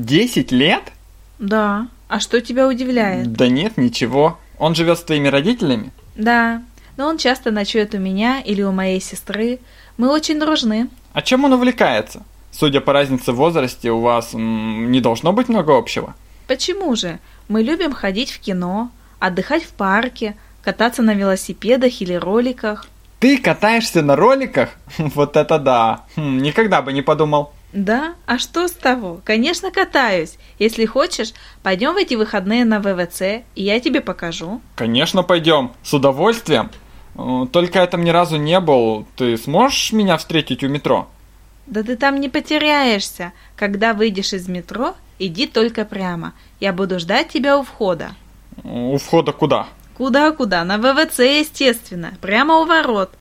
10 лет? Да. А что тебя удивляет? Да нет, ничего. Он живет с твоими родителями? Да. Но он часто ночует у меня или у моей сестры. Мы очень дружны. А чем он увлекается? Судя по разнице в возрасте, у вас не должно быть много общего. Почему же? Мы любим ходить в кино, отдыхать в парке, кататься на велосипедах или роликах. Ты катаешься на роликах? Вот это да! Никогда бы не подумал. Да? А что с того? Конечно, катаюсь. Если хочешь, пойдем в эти выходные на ВВЦ, и я тебе покажу. Конечно, пойдем. С удовольствием. Только я там ни разу не был. Ты сможешь меня встретить у метро? Да ты там не потеряешься. Когда выйдешь из метро, иди только прямо. Я буду ждать тебя у входа. У входа куда? Куда-куда? На ВВЦ, естественно. Прямо у ворот.